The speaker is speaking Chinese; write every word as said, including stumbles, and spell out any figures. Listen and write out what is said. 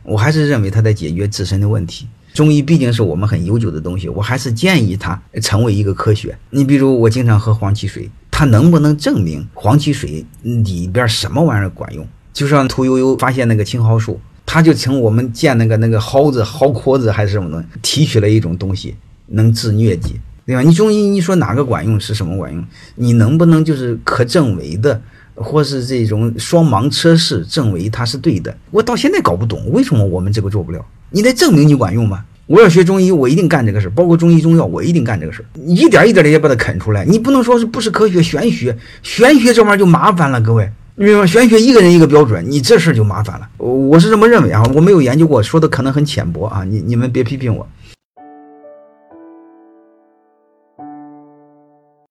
我还是认为它在解决自身的问题。中医毕竟是我们很悠久的东西，我还是建议它成为一个科学。你比如我经常喝黄芪水，它能不能证明黄芪水里边什么玩意儿管用？就像屠呦呦发现那个青蒿素，他就从我们见那个那个蒿子蒿壳子还是什么东西提取了一种东西能治疟疾，对吧？你中医你说哪个管用是什么管用？你能不能就是可证伪的，或是这种双盲测试证伪它是对的？我到现在搞不懂为什么我们这个做不了。你得证明你管用吗？我要学中医，我一定干这个事，包括中医中药，我一定干这个事，一点一点的也把它啃出来。你不能说是不是科学，玄学，玄学这玩意儿就麻烦了，各位。你明白吗？玄学一个人一个标准，你这事就麻烦了。我是这么认为啊，我没有研究过，说的可能很浅薄啊，你你们别批评我。